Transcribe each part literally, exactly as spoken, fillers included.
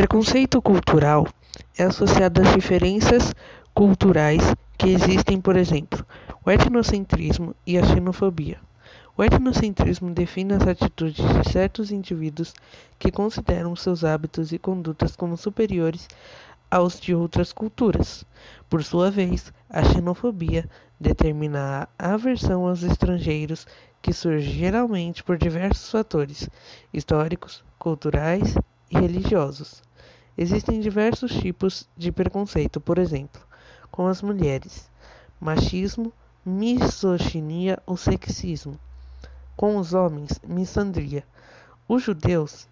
Preconceito cultural é associado às diferenças culturais que existem, por exemplo, o etnocentrismo e a xenofobia. O etnocentrismo define as atitudes de certos indivíduos que consideram seus hábitos e condutas como superiores aos de outras culturas. Por sua vez, a xenofobia determina a aversão aos estrangeiros, que surge geralmente por diversos fatores históricos, culturais e religiosos. Existem diversos tipos de preconceito, por exemplo, com as mulheres, machismo, misoginia ou sexismo; com os homens, missandria; os judeus,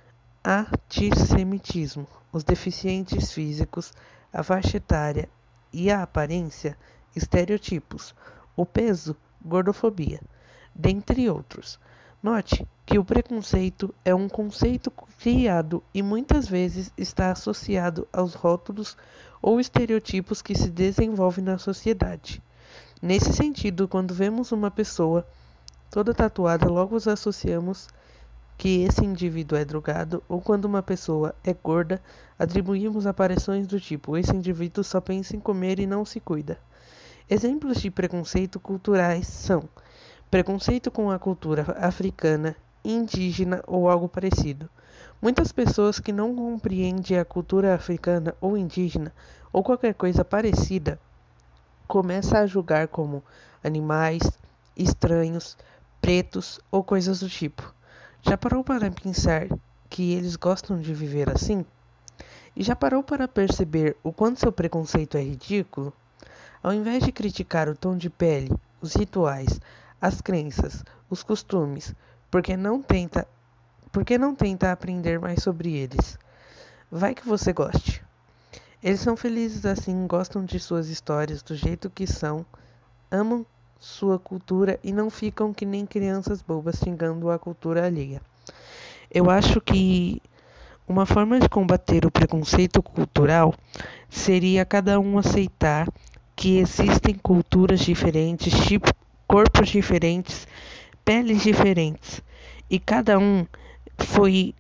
antissemitismo; os deficientes físicos, a faixa etária e a aparência, estereotipos; o peso, gordofobia, dentre outros. Note que o preconceito é um conceito criado e muitas vezes está associado aos rótulos ou estereotipos que se desenvolvem na sociedade. Nesse sentido, quando vemos uma pessoa toda tatuada, logo os associamos que esse indivíduo é drogado, ou quando uma pessoa é gorda, atribuímos aparições do tipo: esse indivíduo só pensa em comer e não se cuida. Exemplos de preconceito culturais são preconceito com a cultura africana, indígena ou algo parecido. Muitas pessoas que não compreendem a cultura africana ou indígena ou qualquer coisa parecida começam a julgar como animais, estranhos, pretos ou coisas do tipo. Já parou para pensar que eles gostam de viver assim? E já parou para perceber o quanto seu preconceito é ridículo? Ao invés de criticar o tom de pele, os rituais, as crenças, os costumes, porque não tenta, porque não tenta aprender mais sobre eles? Vai que você goste. Eles são felizes assim, gostam de suas histórias do jeito que são, amam sua cultura e não ficam que nem crianças bobas xingando a cultura alheia. Eu acho que uma forma de combater o preconceito cultural seria cada um aceitar que existem culturas diferentes, tipo, corpos diferentes, peles diferentes, e cada um foi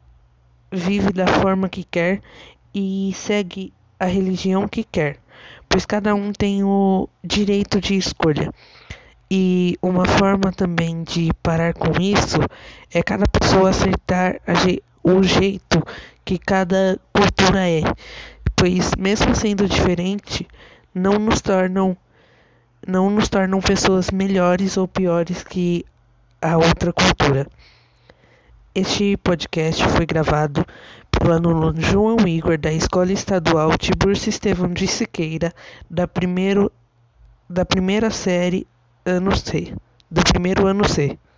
vive da forma que quer e segue a religião que quer, pois cada um tem o direito de escolha. E uma forma também de parar com isso é cada pessoa aceitar o jeito que cada cultura é, pois mesmo sendo diferente, não nos tornam não nos tornam pessoas melhores ou piores que a outra cultura. Este podcast foi gravado pelo aluno João Igor, da Escola Estadual Tiburcio Estevão de Siqueira, da, primeiro, da primeira série ano C, do primeiro ano C.